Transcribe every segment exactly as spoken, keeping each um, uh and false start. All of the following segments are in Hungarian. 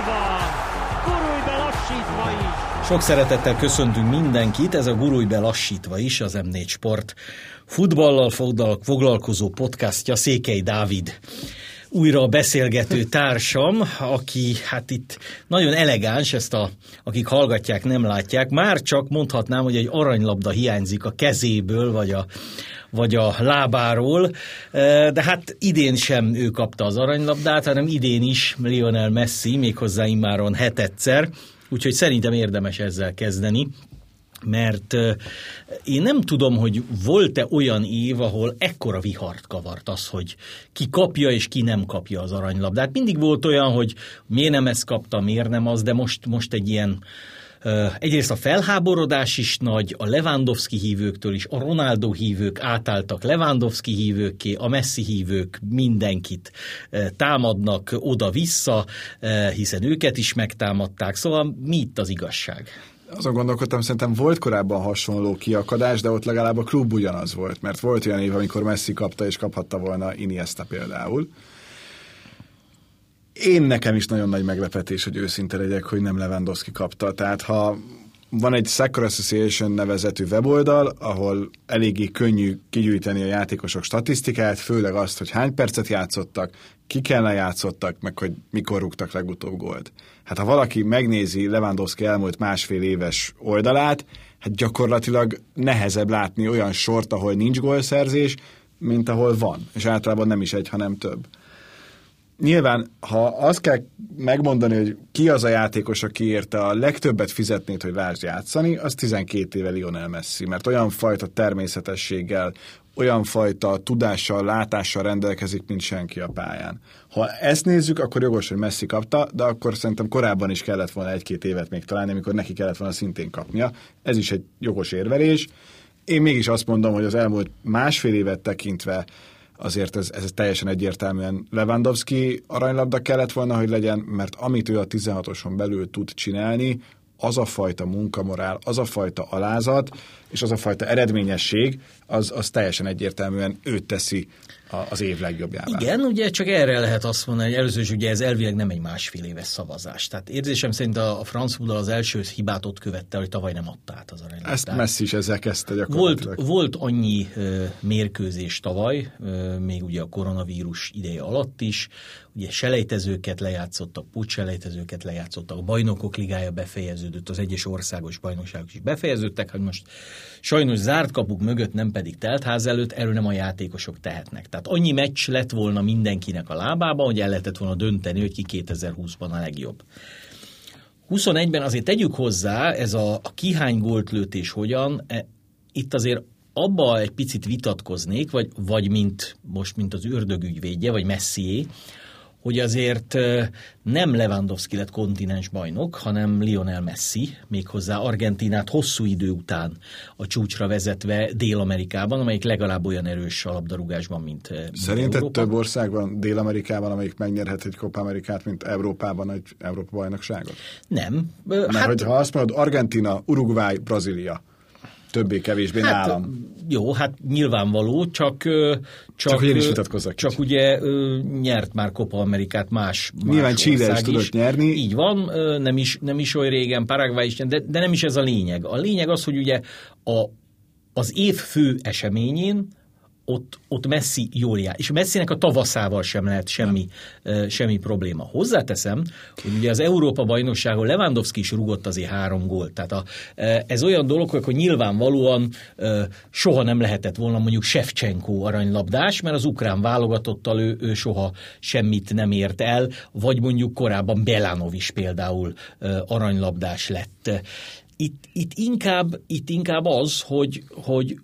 van! Gurulj be lassítva is! Sok szeretettel köszöntünk mindenkit, ez a Gurulj be lassítva is, az em négy Sport futballal foglalkozó podcastja, Székely Dávid újra a beszélgető társam, aki hát itt nagyon elegáns, ezt a, akik hallgatják, nem látják, már csak mondhatnám, hogy egy aranylabda hiányzik a kezéből, vagy a, vagy a lábáról, de hát idén sem ő kapta az aranylabdát, hanem idén is Lionel Messi, méghozzá immáron hetedszer, úgyhogy szerintem érdemes ezzel kezdeni. Mert én nem tudom, hogy volt-e olyan év, ahol ekkora vihart kavart az, hogy ki kapja és ki nem kapja az aranylabdát. Mindig volt olyan, hogy miért nem ezt kapta, miért nem az, de most, most egy ilyen, egyrészt a felháborodás is nagy, a Lewandowski hívőktől is, a Ronaldo hívők átálltak Lewandowski hívőkké, a Messi hívők mindenkit támadnak oda-vissza, hiszen őket is megtámadták. Szóval mi itt az igazság? Azon gondolkodtam, szerintem volt korábban hasonló kiakadás, de ott legalább a klub ugyanaz volt, mert volt olyan év, amikor Messi kapta és kaphatta volna Iniesta például. Én nekem is nagyon nagy meglepetés, hogy őszinte legyek, hogy nem Lewandowski kapta. Tehát ha van egy Soccer Association nevezetű weboldal, ahol eléggé könnyű kigyűjteni a játékosok statisztikát, főleg azt, hogy hány percet játszottak, kikkel játszottak, meg hogy mikor rúgtak legutóbb gólt. Hát ha valaki megnézi Lewandowski elmúlt másfél éves oldalát, hát gyakorlatilag nehezebb látni olyan sort, ahol nincs gólszerzés, mint ahol van. És általában nem is egy, hanem több. Nyilván, ha azt kell megmondani, hogy ki az a játékos, aki érte a legtöbbet fizetnéd, hogy lásd játszani, az tizenkét éve Lionel Messi, mert olyan fajta természetességgel, olyan fajta tudással, látással rendelkezik, mint senki a pályán. Ha ezt nézzük, akkor jogos, hogy Messi kapta, de akkor szerintem korábban is kellett volna egy-két évet még találni, amikor neki kellett volna szintén kapnia. Ez is egy jogos érvelés. Én mégis azt mondom, hogy az elmúlt másfél évet tekintve azért ez, ez teljesen egyértelműen Lewandowski aranylabda kellett volna, hogy legyen, mert amit ő a tizenhatoson belül tud csinálni, az a fajta munkamorál, az a fajta alázat, és az a fajta eredményesség, az, az teljesen egyértelműen őt teszi az év legjobbjává. Igen, ugye csak erre lehet azt mondani, hogy először is ugye ez elvileg nem egy másfél éves szavazás. Tehát érzésem szerint a franc futball az első hibát ott követte, hogy tavaly nem adta át az aranylabdát. Ezt Messi is ezzel kezdte gyakorlatilag. Volt, volt annyi uh, mérkőzés tavaly, uh, még ugye a koronavírus ideje alatt is, ugye selejtezőket lejátszottak, pótselejtezőket lejátszottak, a bajnokok ligája befejeződött, az egyes országos bajnokságok is befejeződtek, hogy most sajnos zárt kapuk mögött, nem pedig teltház előtt, erről nem a játékosok tehetnek. Tehát annyi meccs lett volna mindenkinek a lábában, hogy el lehetett volna dönteni, hogy ki kétezer-húszban a legjobb. huszonegyben azért tegyük hozzá, ez a, a kihány gólt lőtt és hogyan, e, itt azért abba egy picit vitatkoznék, vagy, vagy mint most, mint az ördögügyvédje, vagy Messié, hogy azért nem Lewandowski lett kontinens bajnok, hanem Lionel Messi, méghozzá Argentínát hosszú idő után a csúcsra vezetve Dél-Amerikában, amelyik legalább olyan erős a labdarúgásban, mint Szerinted Európa. Több ország van Dél-Amerikában, amelyik megnyerhet egy Copa Amerikát, mint Európában egy Európa bajnokságot? Nem. Mert hát, hogyha azt mondod, Argentina, Uruguay, Brazília, többé-kevésbé hát, nálam. Jó, hát nyilvánvaló, csak csak, csak hogy én is vitatkozzak. Csak kicsit. Ugye nyert már Copa Amerikát más, más Nyilván Chile is tudott nyerni. Így van, nem is, nem is olyan régen, Paraguay is, de, de nem is ez a lényeg. A lényeg az, hogy ugye a, az év fő eseményén Ott, ott Messi jól jár. És Messinek a tavaszával sem lehet semmi, uh, semmi probléma. Hozzáteszem, hogy ugye az Európa-bajnokságon Lewandowski is rúgott azért három gólt. Tehát a, uh, ez olyan dolog, hogy nyilvánvalóan uh, soha nem lehetett volna mondjuk Shevchenko aranylabdás, mert az ukrán válogatottal ő, ő soha semmit nem ért el, vagy mondjuk korábban Belanov is például uh, aranylabdás lett. Itt, itt, inkább, itt inkább az, hogy, hogy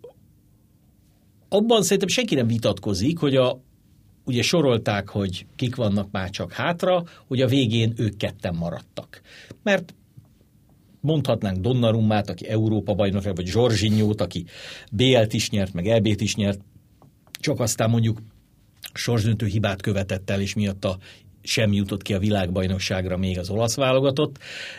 abban szerintem senki nem vitatkozik, hogy a, ugye sorolták, hogy kik vannak már csak hátra, hogy a végén ők ketten maradtak. Mert mondhatnánk Donnarummát, aki Európa-bajnok, vagy Jorginhót, aki bé el-t is nyert, meg é bé-t is nyert, csak aztán mondjuk sorsdöntő hibát követett el, és miatta sem jutott ki a világbajnokságra még az olasz válogatott.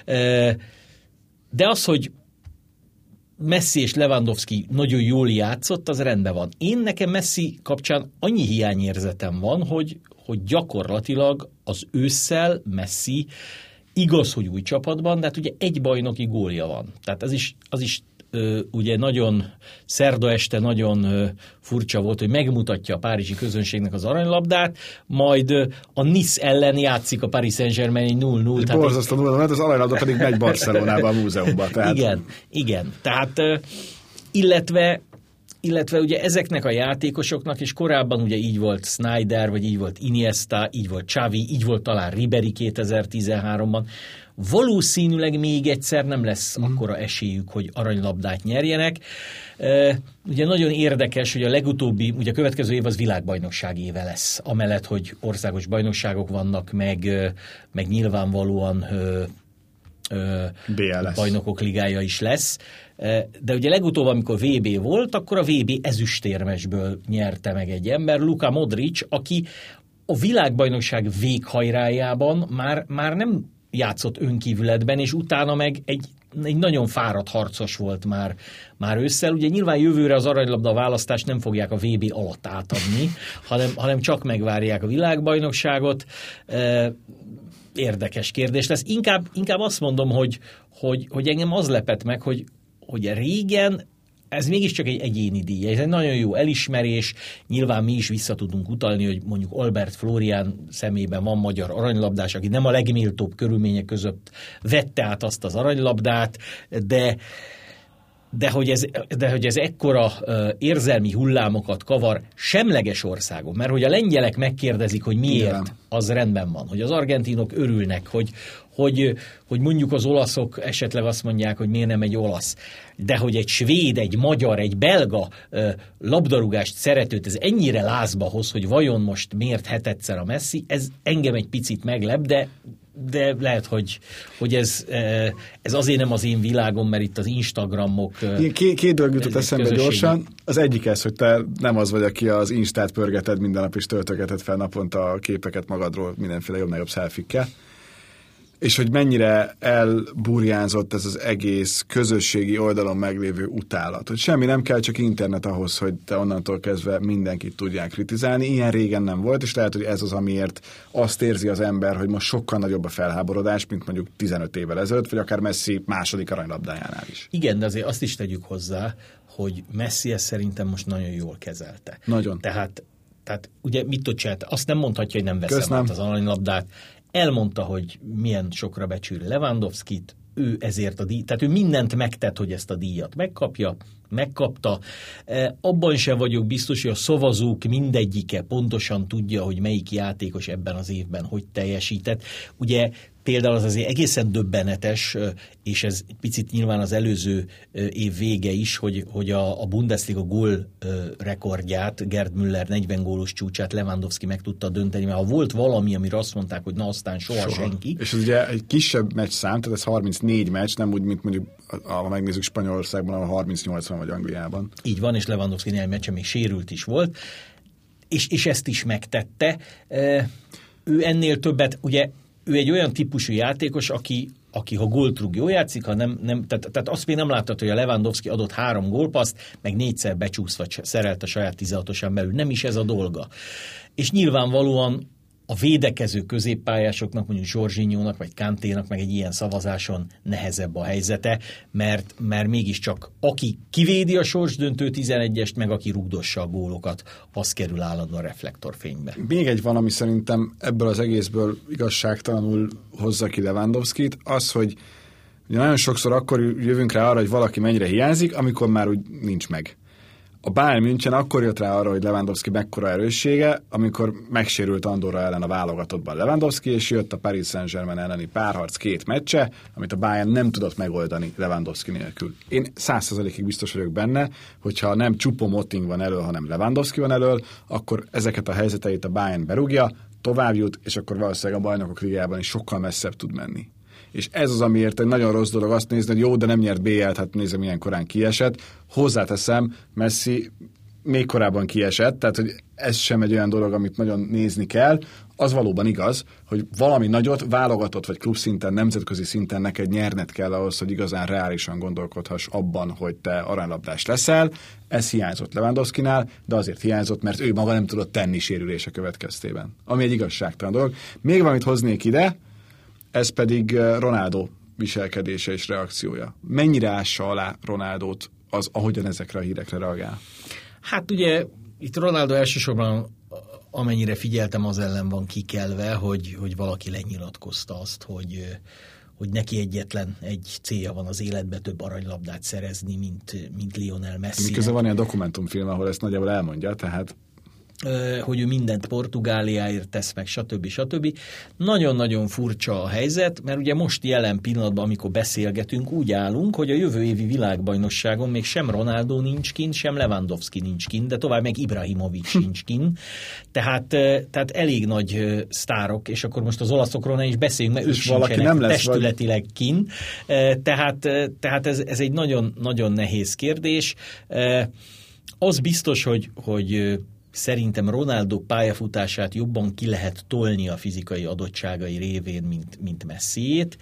De az, hogy Messi és Lewandowski nagyon jól játszott, az rendben van. Én nekem Messi kapcsán annyi hiányérzetem van, hogy, hogy gyakorlatilag az ősszel Messi igaz, hogy új csapatban, de hát ugye egy bajnoki gólja van. Tehát ez is, az is ö, ugye nagyon szerda este nagyon ö, furcsa volt, hogy megmutatja a párizsi közönségnek az aranylabdát, majd ö, a Nice ellen játszik a Paris Saint-Germain null null. Borzasztó nulla null, az aranylabda pedig megy Barcelonába a múzeumba. Tehát... Igen, igen. Tehát ö, illetve illetve ugye ezeknek a játékosoknak, és korábban ugye így volt Snyder, vagy így volt Iniesta, így volt Xavi, így volt talán Ribéry kétezer-tizenháromban, valószínűleg még egyszer nem lesz mm. akkora esélyük, hogy aranylabdát nyerjenek. E, ugye nagyon érdekes, hogy a legutóbbi, ugye a következő év az világbajnokság éve lesz, amellett, hogy országos bajnokságok vannak, meg, meg nyilvánvalóan bajnokok ligája is lesz. De ugye legutóbb, amikor vé bé volt, akkor a vé bé ezüstérmesből nyerte meg egy ember, Luka Modric, aki a világbajnokság véghajrájában már, már nem játszott önkívületben, és utána meg egy, egy nagyon fáradt harcos volt már, már ősszel. Ugye nyilván jövőre az aranylabda választást nem fogják a vé bé alatt átadni, hanem, hanem csak megvárják a világbajnokságot. Érdekes kérdés lesz. Inkább, inkább azt mondom, hogy, hogy, hogy engem az lepett meg, hogy, hogy régen ez mégiscsak egy egyéni díj. Ez egy nagyon jó elismerés. Nyilván mi is vissza tudunk utalni, hogy mondjuk Albert Flórián szemében van magyar aranylabdás, aki nem a legméltóbb körülmények között vette át azt az aranylabdát, de De hogy, ez, de hogy ez ekkora uh, érzelmi hullámokat kavar semleges országon, mert hogy a lengyelek megkérdezik, hogy miért, igen, az rendben van. Hogy az argentinok örülnek, hogy, hogy, hogy mondjuk az olaszok esetleg azt mondják, hogy miért nem egy olasz. De hogy egy svéd, egy magyar, egy belga uh, labdarúgást szeretőt ez ennyire lázba hoz, hogy vajon most miért hetedszer a Messi, ez engem egy picit meglep, de de lehet, hogy, hogy ez, ez azért nem az én világom, mert itt az Instagramok... Két, két dolog jutott eszembe gyorsan. Az egyik ez, hogy te nem az vagy, aki az Instát pörgeted minden nap, és töltögeted fel naponta a képeket magadról mindenféle jobb-nagyobb szelfikkel. És hogy mennyire elburjánzott ez az egész közösségi oldalon meglévő utálat. Hogy semmi nem kell, csak internet ahhoz, hogy te onnantól kezdve mindenkit tudják kritizálni. Ilyen régen nem volt, és lehet, hogy ez az, amiért azt érzi az ember, hogy most sokkal nagyobb a felháborodás, mint mondjuk tizenöt évvel ezelőtt, vagy akár Messi második aranylabdájánál is. Igen, de azért azt is tegyük hozzá, hogy Messi ezt szerintem most nagyon jól kezelte. Nagyon. Tehát, tehát ugye mit tud csinálni? Azt nem mondhatja, hogy nem veszem Köszönöm. át az aranylabdát. Elmondta, hogy milyen sokra becsüli Lewandowskit, ő ezért a díj, tehát ő mindent megtett, hogy ezt a díjat megkapja, megkapta. E, abban sem vagyok biztos, hogy a szavazók mindegyike pontosan tudja, hogy melyik játékos ebben az évben hogy teljesített. Ugye például az azért egészen döbbenetes, és ez picit nyilván az előző év vége is, hogy, hogy a, a Bundesliga gól rekordját, Gerd Müller negyven gólos csúcsát Lewandowski meg tudta dönteni, mert ha volt valami, amire azt mondták, hogy na aztán soha, soha. senki. És ez ugye egy kisebb meccs szám, tehát ez harmincnégy meccs, nem úgy, mint mondjuk, ha megnézzük Spanyolországban, ahol harminc-nyolc van, vagy Angliában. Így van, és Lewandowski néhány meccsen még sérült is volt, és, és ezt is megtette. Ő ennél többet, ugye ő egy olyan típusú játékos, aki, aki ha gólt rúg, jól játszik, ha nem, nem tehát, tehát azt még nem láttad, hogy a Lewandowski adott három gólpaszt, meg négyszer becsúszva szerelt a saját tizenhatosán belül. Nem is ez a dolga. És nyilvánvalóan a védekező középpályásoknak, mondjuk Jorginhónak, vagy Kanténak, meg egy ilyen szavazáson nehezebb a helyzete, mert, mert mégiscsak aki kivédi a sorsdöntő tizenegyest, meg aki rugdossa a gólokat, az kerül állandóan reflektorfénybe. Még egy valami szerintem ebből az egészből igazságtalanul hozza ki Lewandowskit, az, hogy ugye nagyon sokszor akkor jövünk rá arra, hogy valaki mennyire hiányzik, amikor már úgy nincs meg. A Bayern München akkor jött rá arra, hogy Lewandowski mekkora erőssége, amikor megsérült Andorra ellen a válogatottban Lewandowski, és jött a Paris Saint-Germain elleni párharc két meccse, amit a Bayern nem tudott megoldani Lewandowski nélkül. Én száz százalékig biztos vagyok benne, hogyha nem Choupo-Moting van elől, hanem Lewandowski van elől, akkor ezeket a helyzeteit a Bayern berúgja, tovább jut, és akkor valószínűleg a Bajnokok Ligájában is sokkal messzebb tud menni. És ez az, amiért egy nagyon rossz dolog azt nézni, hogy jó, de nem nyert bé el-t, hát nézem, milyen korán kiesett. Hozzáteszem, Messi még korábban kiesett, tehát hogy ez sem egy olyan dolog, amit nagyon nézni kell. Az valóban igaz, hogy valami nagyot válogatott, vagy klubszinten, nemzetközi szinten neked nyerned kell ahhoz, hogy igazán reálisan gondolkodhass abban, hogy te aranylabdás leszel. Ez hiányzott Lewandowskinál, de azért hiányzott, mert ő maga nem tudott tenni sérülése következtében. Ami egy igazságtalan dolog. Még valamit hoznék ide, ez pedig Ronaldo viselkedése és reakciója. Mennyire ássa alá Ronaldót az, ahogyan ezekre a hírekre reagál? Hát ugye itt Ronaldo elsősorban, amennyire figyeltem, az ellen van kikelve, hogy, hogy valaki lenyilatkozta azt, hogy, hogy neki egyetlen egy célja van az életbe, több aranylabdát szerezni, mint, mint Lionel Messi. Miközben van ilyen dokumentumfilm, ahol ezt nagyjából elmondja, tehát hogy ő mindent Portugáliáért tesz meg, stb. stb. Nagyon-nagyon furcsa a helyzet, mert ugye most jelen pillanatban, amikor beszélgetünk, úgy állunk, hogy a jövő évi világbajnokságon még sem Ronaldo nincs kint, sem Lewandowski nincs kint, de tovább meg Ibrahimovic sincs kint. Tehát, tehát elég nagy sztárok, és akkor most az olaszokról ne is beszéljünk, mert ők sincsenek testületileg vagy... kint. Tehát, tehát ez, ez egy nagyon, nagyon nehéz kérdés. Az biztos, hogy, hogy szerintem Ronaldo pályafutását jobban ki lehet tolni a fizikai adottságai révén, mint, mint Messiét.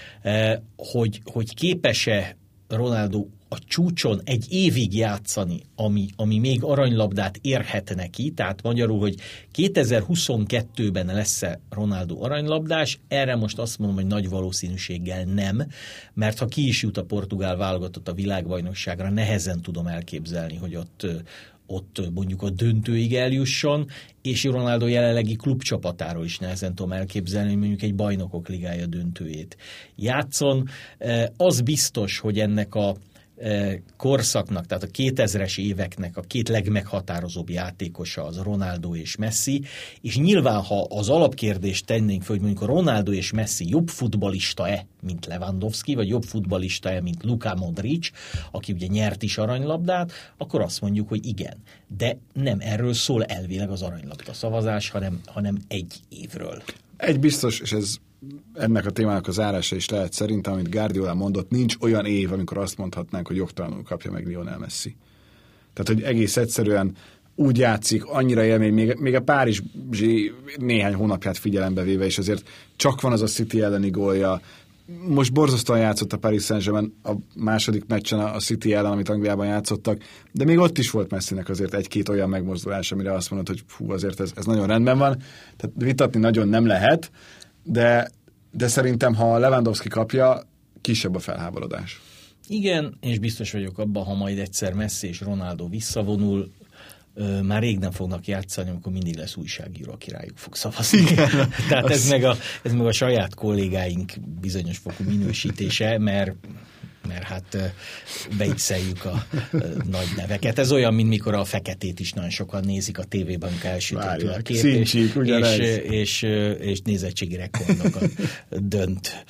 Hogy, hogy képes-e Ronaldo a csúcson egy évig játszani, ami, ami még aranylabdát érhet neki, tehát magyarul, hogy kétezer-huszonkettőben lesz-e Ronaldo aranylabdás, erre most azt mondom, hogy nagy valószínűséggel nem, mert ha ki is jut a portugál válogatott a világbajnokságra, nehezen tudom elképzelni, hogy ott ott mondjuk a döntőig eljusson, és Ronaldo jelenlegi klubcsapatáról is nehezen tudom elképzelni, hogy mondjuk egy bajnokok ligája döntőjét játszon. Az biztos, hogy ennek a korszaknak, tehát a kétezres éveknek a két legmeghatározóbb játékosa az Ronaldo és Messi, és nyilván, ha az alapkérdést tennénk föl, hogy mondjuk a Ronaldo és Messi jobb futballista-e, mint Lewandowski, vagy jobb futballista-e, mint Luka Modric, aki ugye nyert is aranylabdát, akkor azt mondjuk, hogy igen. De nem erről szól elvileg az aranylabda szavazás, hanem, hanem egy évről. Egy biztos, és ez ennek a témának az zárása is lehet szerintem, amit Guardiola mondott, nincs olyan év, amikor azt mondhatnánk, hogy jogtalanul kapja meg Lionel Messi. Tehát, hogy egész egyszerűen úgy játszik, annyira élmény, még, még a párizsi néhány hónapját figyelembe véve, és azért csak van az a City elleni gólja. Most borzasztóan játszott a Paris Saint-Germain a második meccsen a City ellen, amit Angliában játszottak, de még ott is volt Messinek azért egy-két olyan megmozdulás, amire azt mondod, hogy fú, azért ez, ez nagyon rendben van. Tehát vitatni nagyon nem lehet, de, de szerintem, ha Lewandowski kapja, kisebb a felháborodás. Igen, és biztos vagyok abban, ha majd egyszer Messi és Ronaldo visszavonul, ö, már rég nem fognak játszani, amikor mindig lesz újságíró, aki rájuk fog szavazni. Igen, Tehát az... ez, meg a, ez meg a saját kollégáink bizonyos fokú minősítése, mert mert hát beigszeljük a nagy neveket. Ez olyan, mint mikor a Feketét is nagyon sokan nézik a tévében, amikor elsütöttül a kép, és, és, és, és nézettségi rekordokat dönt.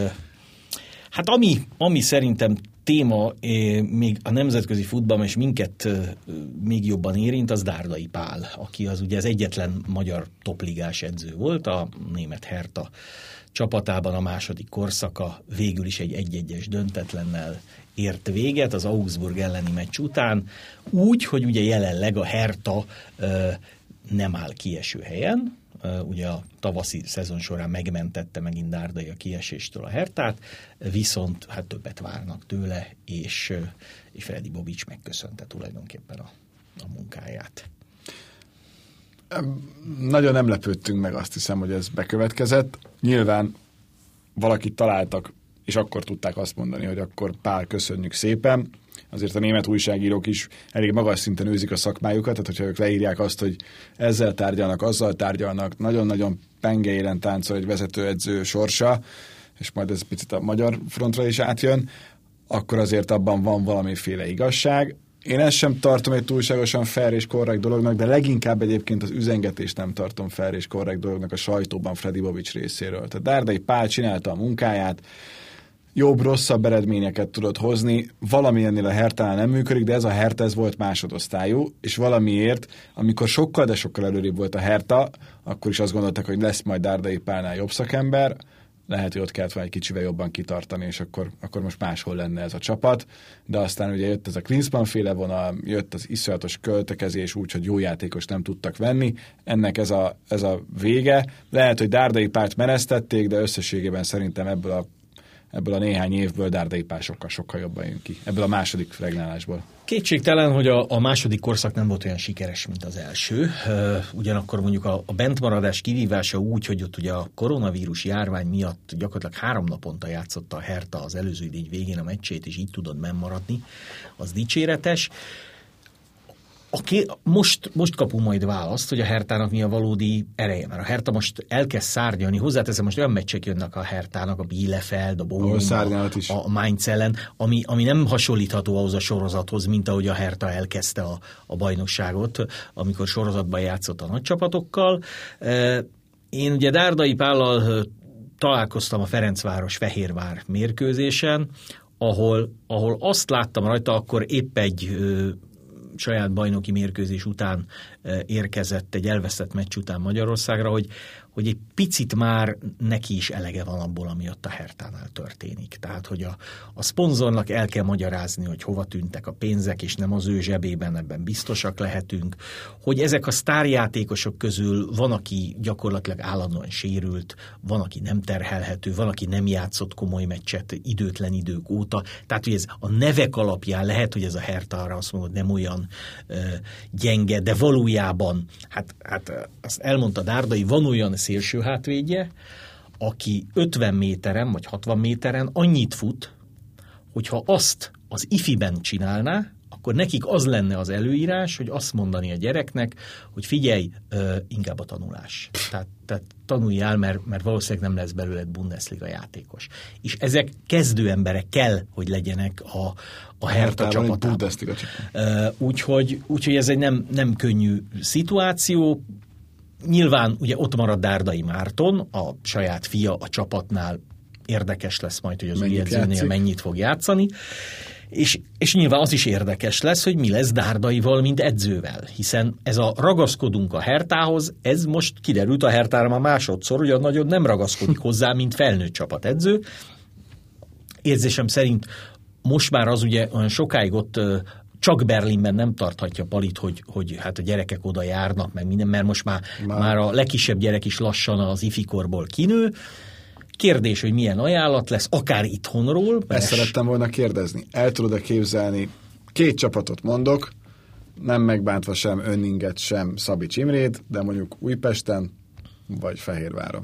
Hát ami, ami szerintem téma még a nemzetközi futballban, és minket még jobban érint, az Dárdai Pál, aki az ugye az egyetlen magyar topligás edző volt, a német Hertha csapatában a második korszaka végül is egy egy-egyes döntetlennel ért véget az Augsburg elleni meccs után, úgy, hogy ugye jelenleg a Hertha ö, nem áll kieső helyen, ö, ugye a tavaszi szezon során megmentette megint Dárdai a kieséstől a Herthát, viszont hát többet várnak tőle, és, és Fradi Bobic megköszönte tulajdonképpen a, a munkáját. Nagyon nem lepődtünk meg, azt hiszem, hogy ez bekövetkezett. Nyilván valakit találtak, és akkor tudták azt mondani, hogy akkor Pál, köszönjük szépen. Azért a német újságírók is elég magas szinten őzik a szakmájukat, tehát hogyha ők leírják azt, hogy ezzel tárgyalnak, azzal tárgyalnak, nagyon-nagyon penge élen táncol egy vezetőedző sorsa, és majd ez picit a magyar frontra is átjön, akkor azért abban van valamiféle igazság. Én ezt sem tartom egy túlságosan fair és korrekt dolognak, de leginkább egyébként az üzengetést nem tartom fair és korrekt dolognak a sajtóban Fradi Bobic részéről. Tehát Dárdai Pál csinálta a munkáját, jobb-rosszabb eredményeket tudott hozni, valami ennél a Hertánál nem működik, de ez a Hertha ez volt másodosztályú, és valamiért, amikor sokkal, de sokkal előrébb volt a Hertha, akkor is azt gondoltak, hogy lesz majd Dárdai Pálnál jobb szakember, lehet, hogy ott kellett volna egy kicsivel jobban kitartani, és akkor, akkor most máshol lenne ez a csapat, de aztán ugye jött ez a Klinsmann féle vonal, jött az iszonyatos költekezés úgy, hogy jó játékos nem tudtak venni, ennek ez a, ez a vége. Lehet, hogy Dárdai Pált menesztették, de összességében szerintem ebből a ebből a néhány évből Dárdai Pál sokkal-sokkal jobban jön ki. Ebből a második regnálásból. Kétségtelen, hogy a, a második korszak nem volt olyan sikeres, mint az első. Ugyanakkor mondjuk a, a bentmaradás kivívása úgy, hogy ott ugye a koronavírus járvány miatt gyakorlatilag három naponta játszotta a Hertha az előző idény végén a meccsét, és így tudod megmaradni, az dicséretes. Aki most, most kapunk majd választ, hogy a Hertának mi a valódi ereje, mert a Hertha most elkezd szárnyalni, hozzáteszem, most olyan meccsek jönnek a Hertának, a Bielefeld, a Bochum, a, a Mainz ellen, ami, ami nem hasonlítható ahhoz a sorozathoz, mint ahogy a Hertha elkezdte a, a bajnokságot, amikor sorozatban játszott a nagy csapatokkal. Én ugye Dárdai Pállal találkoztam a Ferencváros-Fehérvár mérkőzésen, ahol, ahol azt láttam rajta, akkor épp egy saját bajnoki mérkőzés után érkezett, egy elvesztett meccs után Magyarországra, hogy, hogy egy picit már neki is elege van abból, ami ott a Hertánál történik. Tehát, hogy a, a szponzornak el kell magyarázni, hogy hova tűntek a pénzek, és nem az ő zsebében, ebben biztosak lehetünk. Hogy ezek a sztárjátékosok közül van, aki gyakorlatilag állandóan sérült, van, aki nem terhelhető, van, aki nem játszott komoly meccset időtlen idők óta. Tehát, hogy ez a nevek alapján lehet, hogy ez a Hertha arra azt mondod, nem olyan ö, gyenge, de valójában, hát, hát azt elmondta Dárdai, van olyan szélső hátvédje, aki ötven méteren vagy hatvan méteren annyit fut, hogyha azt az ifiben csinálná, akkor nekik az lenne az előírás, hogy azt mondani a gyereknek, hogy figyelj, ö, inkább a tanulás. Tehát, tehát tanuljál, mert, mert valószínűleg nem lesz belőled Bundesliga játékos. És ezek kezdő emberek kell, hogy legyenek a, a Hertha csapatában. Úgyhogy, úgyhogy ez egy nem, nem könnyű szituáció. Nyilván ugye ott marad Dárdai Márton, a saját fia a csapatnál, érdekes lesz majd, hogy az új edzőnél mennyit fog játszani. És, és nyilván az is érdekes lesz, hogy mi lesz Dárdaival, mint edzővel, hiszen ez a ragaszkodunk a Hertához, ez most kiderült a Hertára már másodszor, hogy nagyon nem ragaszkodik hozzá, mint felnőtt csapatedző. Érzésem szerint most már az ugye olyan sokáig ott csak Berlinben nem tarthatja Palit, hogy, hogy hát a gyerekek oda járnak, meg minden, mert most már, már. már a legkisebb gyerek is lassan az ifikorból kinő. Kérdés, hogy milyen ajánlat lesz, akár itthonról. Ezt mert... szerettem volna kérdezni. El tudod-e képzelni, két csapatot mondok, nem megbántva sem Önninget, sem Szabics Imrét, de mondjuk Újpesten vagy Fehérváron.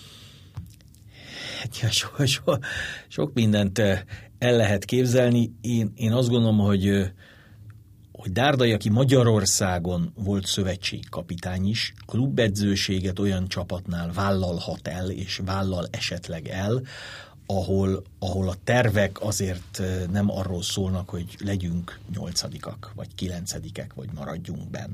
Ja, so, so, sok mindent el lehet képzelni. Én, én azt gondolom, hogy hogy Dárdai, aki Magyarországon volt szövetségkapitány is, klubedzőséget olyan csapatnál vállalhat el, és vállal esetleg el, ahol, ahol a tervek azért nem arról szólnak, hogy legyünk nyolcadikak, vagy kilencedikek, vagy maradjunk benn.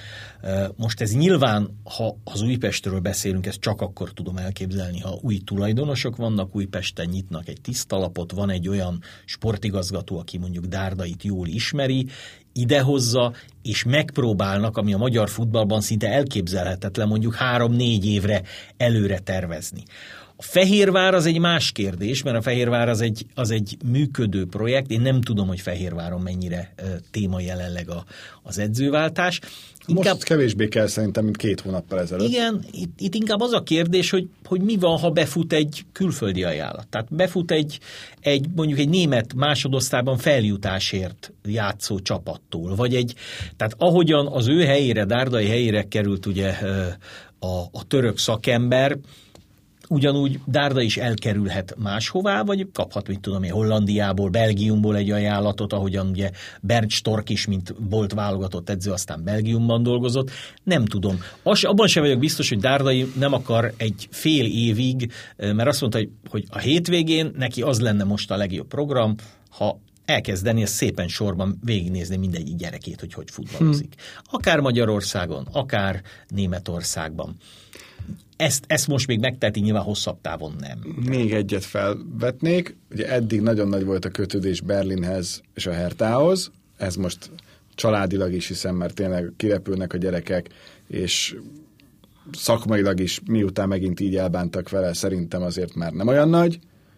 Most ez nyilván, ha az Újpestről beszélünk, ezt csak akkor tudom elképzelni, ha új tulajdonosok vannak, Újpesten nyitnak egy tisztalapot, van egy olyan sportigazgató, aki mondjuk Dárdait jól ismeri, idehozza, és megpróbálnak, ami a magyar futballban szinte elképzelhetetlen, mondjuk három-négy évre előre tervezni. A Fehérvár az egy más kérdés, mert a Fehérvár az egy, az egy működő projekt. Én nem tudom, hogy Fehérváron mennyire uh, téma jelenleg a, az edzőváltás. Inkább, most kevésbé kell szerintem, mint két hónappal ezelőtt. Igen, itt, itt inkább az a kérdés, hogy, hogy mi van, ha befut egy külföldi ajánlat. Tehát befut egy, egy mondjuk egy német másodosztályban feljutásért játszó csapattól, vagy egy, tehát ahogyan az ő helyére, Dárdai helyére került ugye a, a török szakember, ugyanúgy Dárda is elkerülhet máshová, vagy kaphat, mit tudom én, Hollandiából, Belgiumból egy ajánlatot, ahogyan ugye Bernd Stork is, mint volt válogatott edző, aztán Belgiumban dolgozott. Nem tudom. Az, abban sem vagyok biztos, hogy Dárdai nem akar egy fél évig, mert azt mondta, hogy, hogy a hétvégén neki az lenne most a legjobb program, ha elkezdeni ezt szépen sorban végignézni mindegyik gyerekét, hogy hogy futballozik. Akár Magyarországon, akár Németországban. Ezt, ezt most még megteheti, nyilván hosszabb távon nem. Még egyet felvetnék. Ugye eddig nagyon nagy volt a kötődés Berlinhez és a Hertához. Ez most családilag is hiszem, mert tényleg kirepülnek a gyerekek, és szakmailag is, miután megint így elbántak vele, szerintem azért már nem olyan nagy.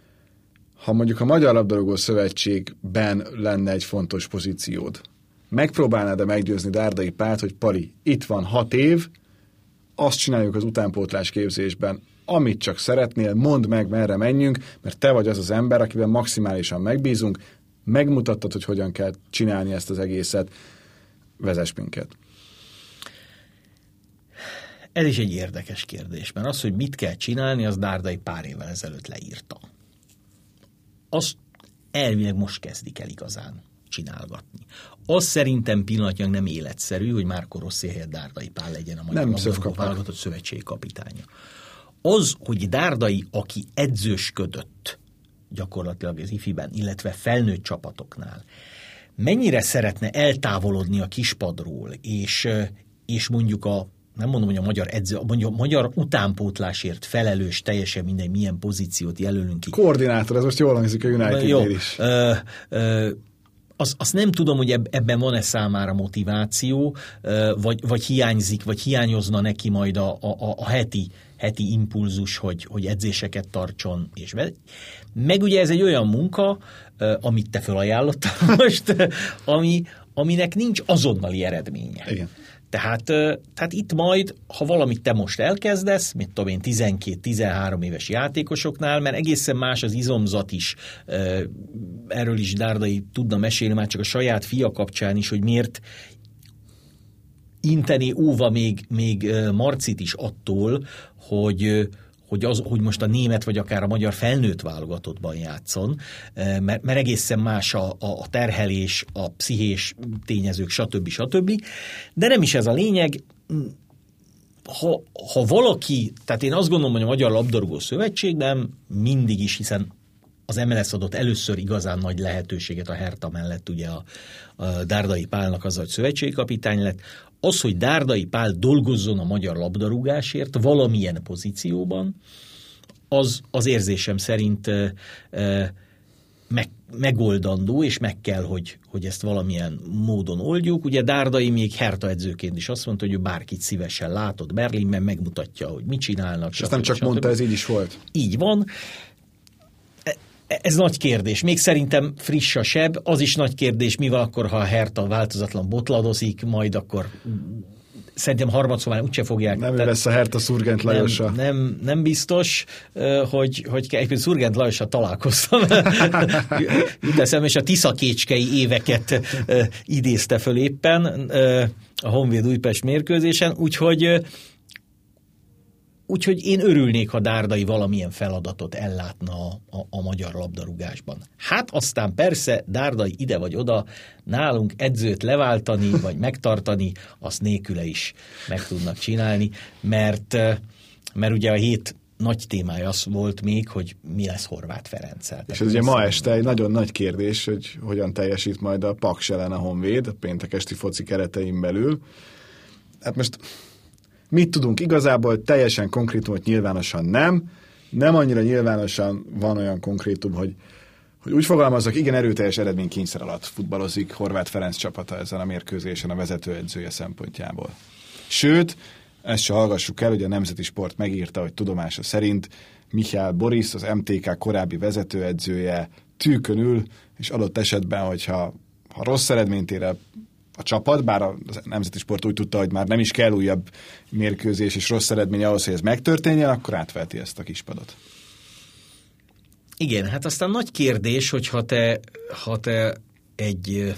Ha mondjuk a Magyar Labdarúgó Szövetségben lenne egy fontos pozíciód, megpróbálnád-e meggyőzni Dárdai Pált, hogy Pali, itt van hat év, azt csináljuk az utánpótlás képzésben, amit csak szeretnél, mondd meg, merre menjünk, mert te vagy az az ember, akiben maximálisan megbízunk, megmutattad, hogy hogyan kell csinálni ezt az egészet, vezess minket. Ez is egy érdekes kérdés, mert az, hogy mit kell csinálni, az Dárdai pár évvel ezelőtt leírta. Azt elvileg most kezdik el igazán csinálgatni. Az szerintem pillanatnyilag nem életszerű, hogy Marco Rossi helyett Dárdai Pál legyen a magyar labdarúgó válogatott szövetségi kapitánya. Az, hogy Dárdai, aki edzősködött gyakorlatilag az ifiben, illetve felnőtt csapatoknál, mennyire szeretne eltávolodni a kispadról, és, és mondjuk a nem mondom, hogy a magyar edző, mondjuk a magyar utánpótlásért felelős, teljesen mindegy, milyen pozíciót jelölünk ki. Koordinátor, ez most jól hangzik a United-nél is. Ö, ö, azt, azt nem tudom, hogy ebben van-e számára motiváció, vagy, vagy hiányzik, vagy hiányozna neki majd a, a, a heti, heti impulzus, hogy, hogy edzéseket tartson. És meg ugye ez egy olyan munka, amit te felajánlottál most, ami, aminek nincs azonnali eredménye. Igen. Tehát, tehát itt majd, ha valamit te most elkezdesz, mint tudom én, tizenkét-tizenhárom éves játékosoknál, mert egészen más az izomzat is, erről is Dárdai tudna mesélni, már csak a saját fia kapcsán is, hogy miért inteni óva még, még Marcit is attól, hogy Hogy, az, hogy most a német vagy akár a magyar felnőtt válogatottban játszon, mert, mert egészen más a, a terhelés, a pszichés tényezők, stb. stb. De nem is ez a lényeg. Ha, ha valaki, tehát én azt gondolom, hogy a Magyar Labdarúgó Szövetségben mindig is, hiszen az em el es adott először igazán nagy lehetőséget a Hertha mellett ugye a, a Dárdai Pálnak az, hogy szövetségi kapitány lett. Az, hogy Dárdai Pál dolgozzon a magyar labdarúgásért valamilyen pozícióban, az, az érzésem szerint e, e, meg, megoldandó, és meg kell, hogy, hogy ezt valamilyen módon oldjuk. Ugye Dárdai még Hertha edzőként is azt mondta, hogy ő bárkit szívesen látott Berlinben, megmutatja, hogy mit csinálnak. És ezt nem csak mondta, ez így is volt. Így van. Ez nagy kérdés. Még szerintem friss a seb. Az is nagy kérdés, mi van akkor, ha a Hertha változatlan botladozik, majd akkor szerintem harmadszor már úgyse fogják. Nem tehát, lesz a Hertha Szurgent Lajosa. Nem, nem, nem biztos, hogy, hogy egyébként Szurgent Lajossal találkoztam. Itt eszem, és a tiszakécskei éveket idézte föl éppen a Honvéd Újpest mérkőzésen, úgyhogy Úgyhogy én örülnék, ha Dárdai valamilyen feladatot ellátna a, a, a magyar labdarúgásban. Hát aztán persze Dárdai ide vagy oda, nálunk edzőt leváltani, vagy megtartani, azt nélküle is meg tudnak csinálni, mert, mert ugye a hét nagy témája az volt még, hogy mi lesz Horváth Ferenccel. És ez ugye ma este egy nagyon nagy kérdés, hogy hogyan teljesít majd a Paks ellen a Honvéd, a péntek esti foci keretein belül. Hát most mit tudunk igazából? Teljesen konkrétumot nyilvánosan nem. Nem annyira nyilvánosan van olyan konkrétum, hogy, hogy úgy fogalmazzak, igen erőteljes eredménykényszer alatt futballozik Horváth Ferenc csapata ezen a mérkőzésen a vezetőedzője szempontjából. Sőt, ezt se hallgassuk el, hogy a Nemzeti Sport megírta, hogy tudomása szerint Mihály Boris, az em té ká korábbi vezetőedzője tűkön ül, és adott esetben, hogyha ha rossz eredményt ér el a csapat, bár a Nemzeti Sport úgy tudta, hogy már nem is kell újabb mérkőzés és rossz eredmény ahhoz, hogy ez megtörténjen, akkor átveheti ezt a kispadot. Igen, hát aztán nagy kérdés, hogy ha te, ha te egy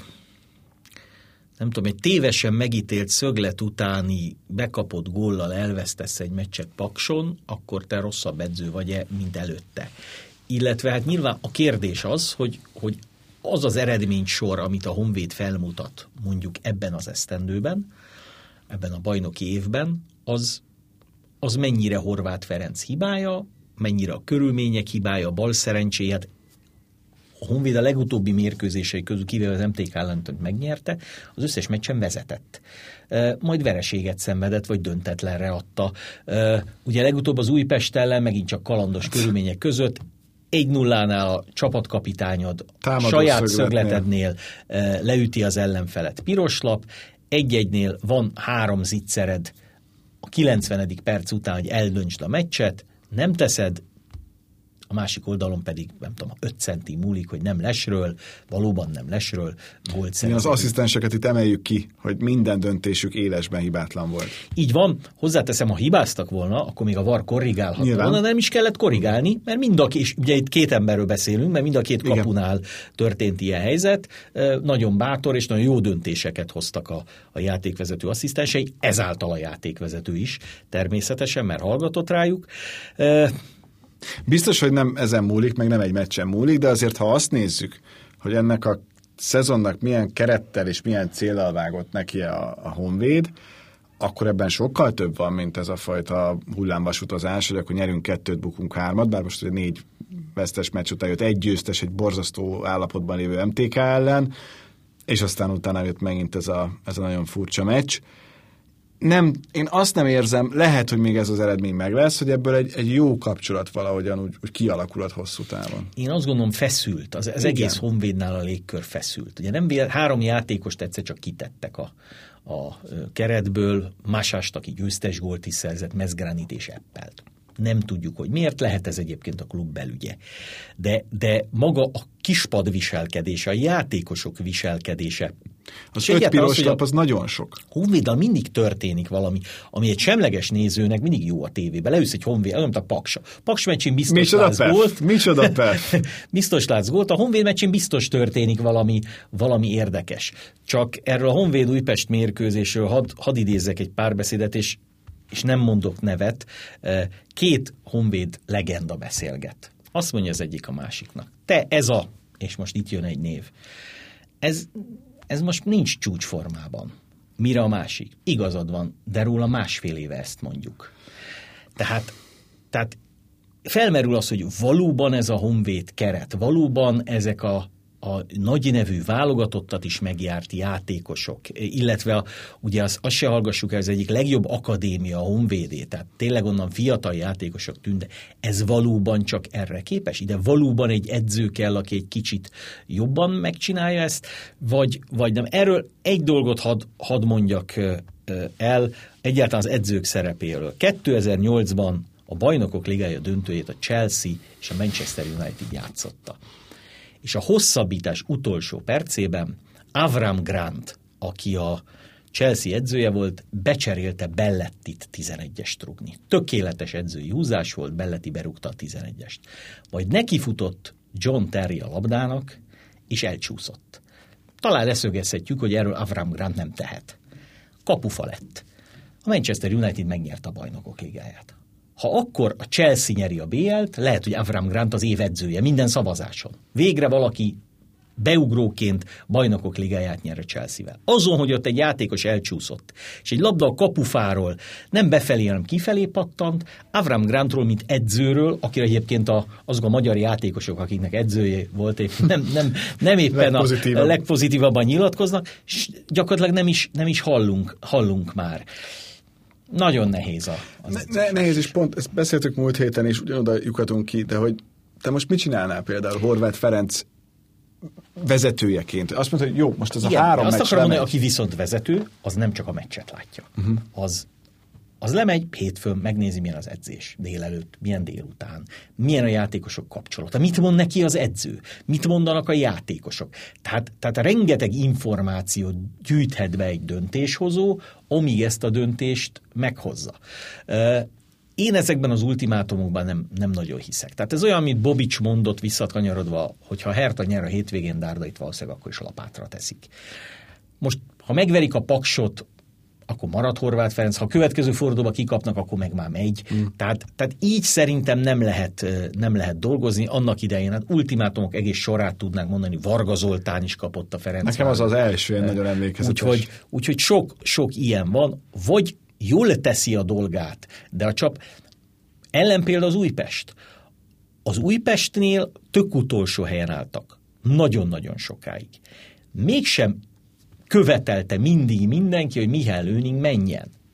nem tudom, egy tévesen megítélt szöglet utáni bekapott góllal elvesztesz egy meccset Pakson, akkor te rosszabb edző vagy-e, mint előtte. Illetve hát nyilván a kérdés az, hogy, hogy az az eredménysor, amit a Honvéd felmutat mondjuk ebben az esztendőben, ebben a bajnoki évben, az, az mennyire Horváth Ferenc hibája, mennyire a körülmények hibája, a bal szerencséjét. A Honvéd a legutóbbi mérkőzései közül, kivéve az em té ká ellen, hogy megnyerte, az összes meccsen vezetett. Majd vereséget szenvedett, vagy döntetlenre adta. Ugye legutóbb az Újpest ellen megint csak kalandos körülmények között egy nullánál a csapatkapitányod támadó saját szögletednél leüti az ellenfelet piroslap, egy-egynél van három zicsered a kilencvenedik perc után, hogy eldöntsd a meccset, nem teszed, a másik oldalon pedig, nem tudom, öt centi múlik, hogy nem lesről, valóban nem lesről, gólt szerzett. Az asszisztenseket itt emeljük ki, hogy minden döntésük élesben hibátlan volt. Így van, hozzáteszem, ha hibáztak volna, akkor még a VAR korrigálhatta Nyilván. volna, de nem is kellett korrigálni, mert mind a két, és ugye itt két emberről beszélünk, mert mind a két kapunál igen. történt ilyen helyzet, nagyon bátor és nagyon jó döntéseket hoztak a, a játékvezető asszisztensei, ezáltal a játékvezető is természetesen, mert hallgatott rájuk. Biztos, hogy nem ezen múlik, meg nem egy meccsen múlik, de azért, ha azt nézzük, hogy ennek a szezonnak milyen kerettel és milyen céllal vágott neki a, a Honvéd, akkor ebben sokkal több van, mint ez a fajta hullámvasutazás, hogy akkor nyerünk kettőt, bukunk hármat, bár most ugye négy vesztes meccs után jött egy győztes, egy borzasztó állapotban lévő em té ká ellen, és aztán utána jött megint ez a, ez a nagyon furcsa meccs. Nem, én azt nem érzem, lehet, hogy még ez az eredmény meg lesz, hogy ebből egy, egy jó kapcsolat valahogyan úgy, úgy kialakulhat hosszú távon. Én azt gondolom feszült, az, az egész Honvédnál a légkör feszült. Ugye nem véle, három játékost egyszer csak kitettek a, a keretből, Másást, aki győztes gólt is szerzett, Mezgranit és Eppelt. Nem tudjuk, hogy miért, lehet ez egyébként a klub belügye. De, de maga a kispad viselkedése, a játékosok viselkedése. Az öt piros lap az nagyon sok. Honvéddal mindig történik valami, ami egy semleges nézőnek mindig jó a tévében. Leülsz egy Honvéd, olyan, mint a Paksa. Paks meccsén biztos Micsoda látsz pef? gólt. Micsoda pef? Biztos látsz gólt. A Honvéd meccsén biztos történik valami, valami érdekes. Csak erről a Honvéd-Újpest mérkőzésről hadd had idézzek egy párbeszédet, és és nem mondok nevet, két Honvéd legenda beszélget. Azt mondja az egyik a másiknak. Te, ez a, és most itt jön egy név, ez, ez most nincs csúcsformában. Mire a másik? Igazad van, de róla másfél éve ezt mondjuk. Tehát, tehát felmerül az, hogy valóban ez a Honvéd keret, valóban ezek a a nagy nevű válogatottat is megjárt játékosok, illetve a, ugye azt, azt se hallgassuk el, ez egyik legjobb akadémia a Honvédé, tehát tényleg onnan fiatal játékosok tűnt, de ez valóban csak erre képes? Ide valóban egy edző kell, aki egy kicsit jobban megcsinálja ezt, vagy, vagy nem? Erről egy dolgot hadd had mondjak el, egyáltalán az edzők szerepéről. kétezer-nyolcban a Bajnokok Ligája döntőjét a Chelsea és a Manchester United játszotta. És a hosszabbítás utolsó percében Avram Grant, aki a Chelsea edzője volt, becserélte Bellettit tizenegyest rúgni. Tökéletes edzői húzás volt, Belletti berúgta a tizenegyest. Majd nekifutott John Terry a labdának, és elcsúszott. Talán leszögezhetjük, hogy erről Avram Grant nem tehet. Kapufa lett. A Manchester United megnyerte a Bajnokok Ligáját. Ha akkor a Chelsea nyeri a bé el-t, lehet, hogy Avram Grant az év edzője minden szavazáson. Végre valaki beugróként Bajnokok Ligáját nyer a Chelsea-vel. Azon, hogy ott egy játékos elcsúszott, és egy labda a kapufáról nem befelé, hanem kifelé pattant, Avram Grantról, mint edzőről, akire egyébként a, azok a magyar játékosok, akiknek edzője volt, nem, nem, nem éppen legpozitívabb. a legpozitívabban nyilatkoznak, és gyakorlatilag nem is, nem is hallunk, hallunk már. Nagyon nehéz a... Ne, ne, nehéz, és pont ezt beszéltük múlt héten, és ugyanoda lyukatunk ki, de hogy te most mit csinálnál például Horváth Ferenc vezetőjeként? Azt mondta, hogy jó, most ez igen, a három azt meccs akarom mondani, lemegy. aki viszont vezető, az nem csak a meccset látja. Uh-huh. Az, az lemegy hétfőn, megnézi, milyen az edzés délelőtt, milyen délután, milyen a játékosok kapcsolata, mit mond neki az edző, mit mondanak a játékosok. Tehát, tehát rengeteg információt gyűjthet be egy döntéshozó, amíg ezt a döntést meghozza. Én ezekben az ultimátumokban nem, nem nagyon hiszek. Tehát ez olyan, mint Bobics mondott visszakanyarodva, hogyha a Hertha nyer a hétvégén, Dárdait valószínűleg akkor is lapátra teszik. Most, ha megverik a Paksot, akkor marad Horváth Ferenc, ha a következő fordulóba kikapnak, akkor meg már megy. Mm. Tehát, tehát így szerintem nem lehet, nem lehet dolgozni. Annak idején, hát ultimátumok egész sorát tudnánk mondani, Varga Zoltán is kapott a Ferenc. Nekem az az első, nagyon emlékezetes. Úgyhogy, úgyhogy sok, sok ilyen van, vagy jól teszi a dolgát, de a csap ellenpélda az Újpest. Az Újpestnél tök utolsó helyen álltak. Nagyon-nagyon sokáig. Mégsem követelte mindig mindenki, hogy Mihály Lőning menjen.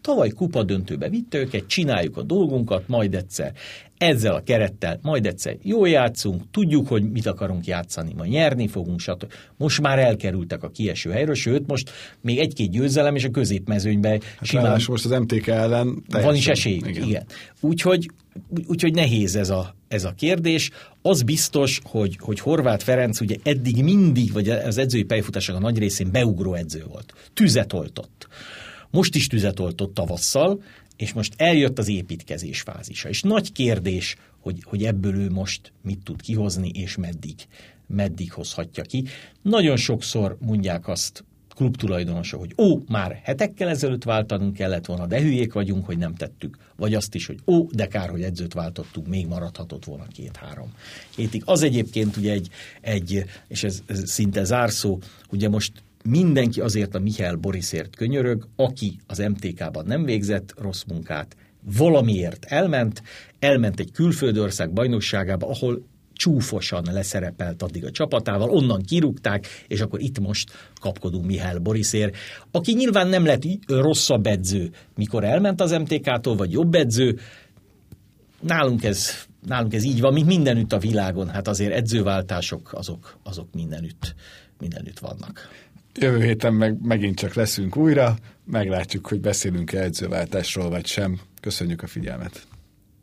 Tavaly kupadöntőbe vitte őket, csináljuk a dolgunkat, majd egyszer ezzel a kerettel, majd egyszer jól játszunk, tudjuk, hogy mit akarunk játszani, majd nyerni fogunk, stb. Most már elkerültek a kieső helyről, sőt, most még egy-két győzelem, és a középmezőnyben hát simán... most az em té ká ellen teljesen, van is esély, igen. igen. Úgyhogy, úgyhogy nehéz ez a, ez a kérdés. Az biztos, hogy, hogy Horváth Ferenc ugye eddig mindig, vagy az edzői pályafutásnak a nagy részén beugró edző volt. Tüzet oltott. Most is tüzet oltott tavasszal, és most eljött az építkezés fázisa. És nagy kérdés, hogy, hogy ebből ő most mit tud kihozni, és meddig, meddig hozhatja ki. Nagyon sokszor mondják azt klubtulajdonosok, hogy ó, már hetekkel ezelőtt váltanunk kellett volna, de hülyék vagyunk, hogy nem tettük. Vagy azt is, hogy ó, de kár, hogy edzőt váltottunk, még maradhatott volna két-három hétig. Az egyébként ugye egy, egy és ez, ez szinte zárszó, ugye most mindenki azért a Mihály Borisért könyörög, aki az em té ká-ban nem végzett rossz munkát, valamiért elment, elment egy külföldi ország bajnokságába, ahol csúfosan leszerepelt addig a csapatával, onnan kirúgták, és akkor itt most kapkodunk Mihály Borisért, aki nyilván nem lett rosszabb edző, mikor elment az em té ká-tól, vagy jobb edző. Nálunk ez, nálunk ez így van, mint mindenütt a világon, hát azért edzőváltások azok, azok mindenütt, mindenütt vannak. Jövő héten meg megint csak leszünk újra, meglátjuk, hogy beszélünk-e edzőváltásról vagy sem. Köszönjük a figyelmet!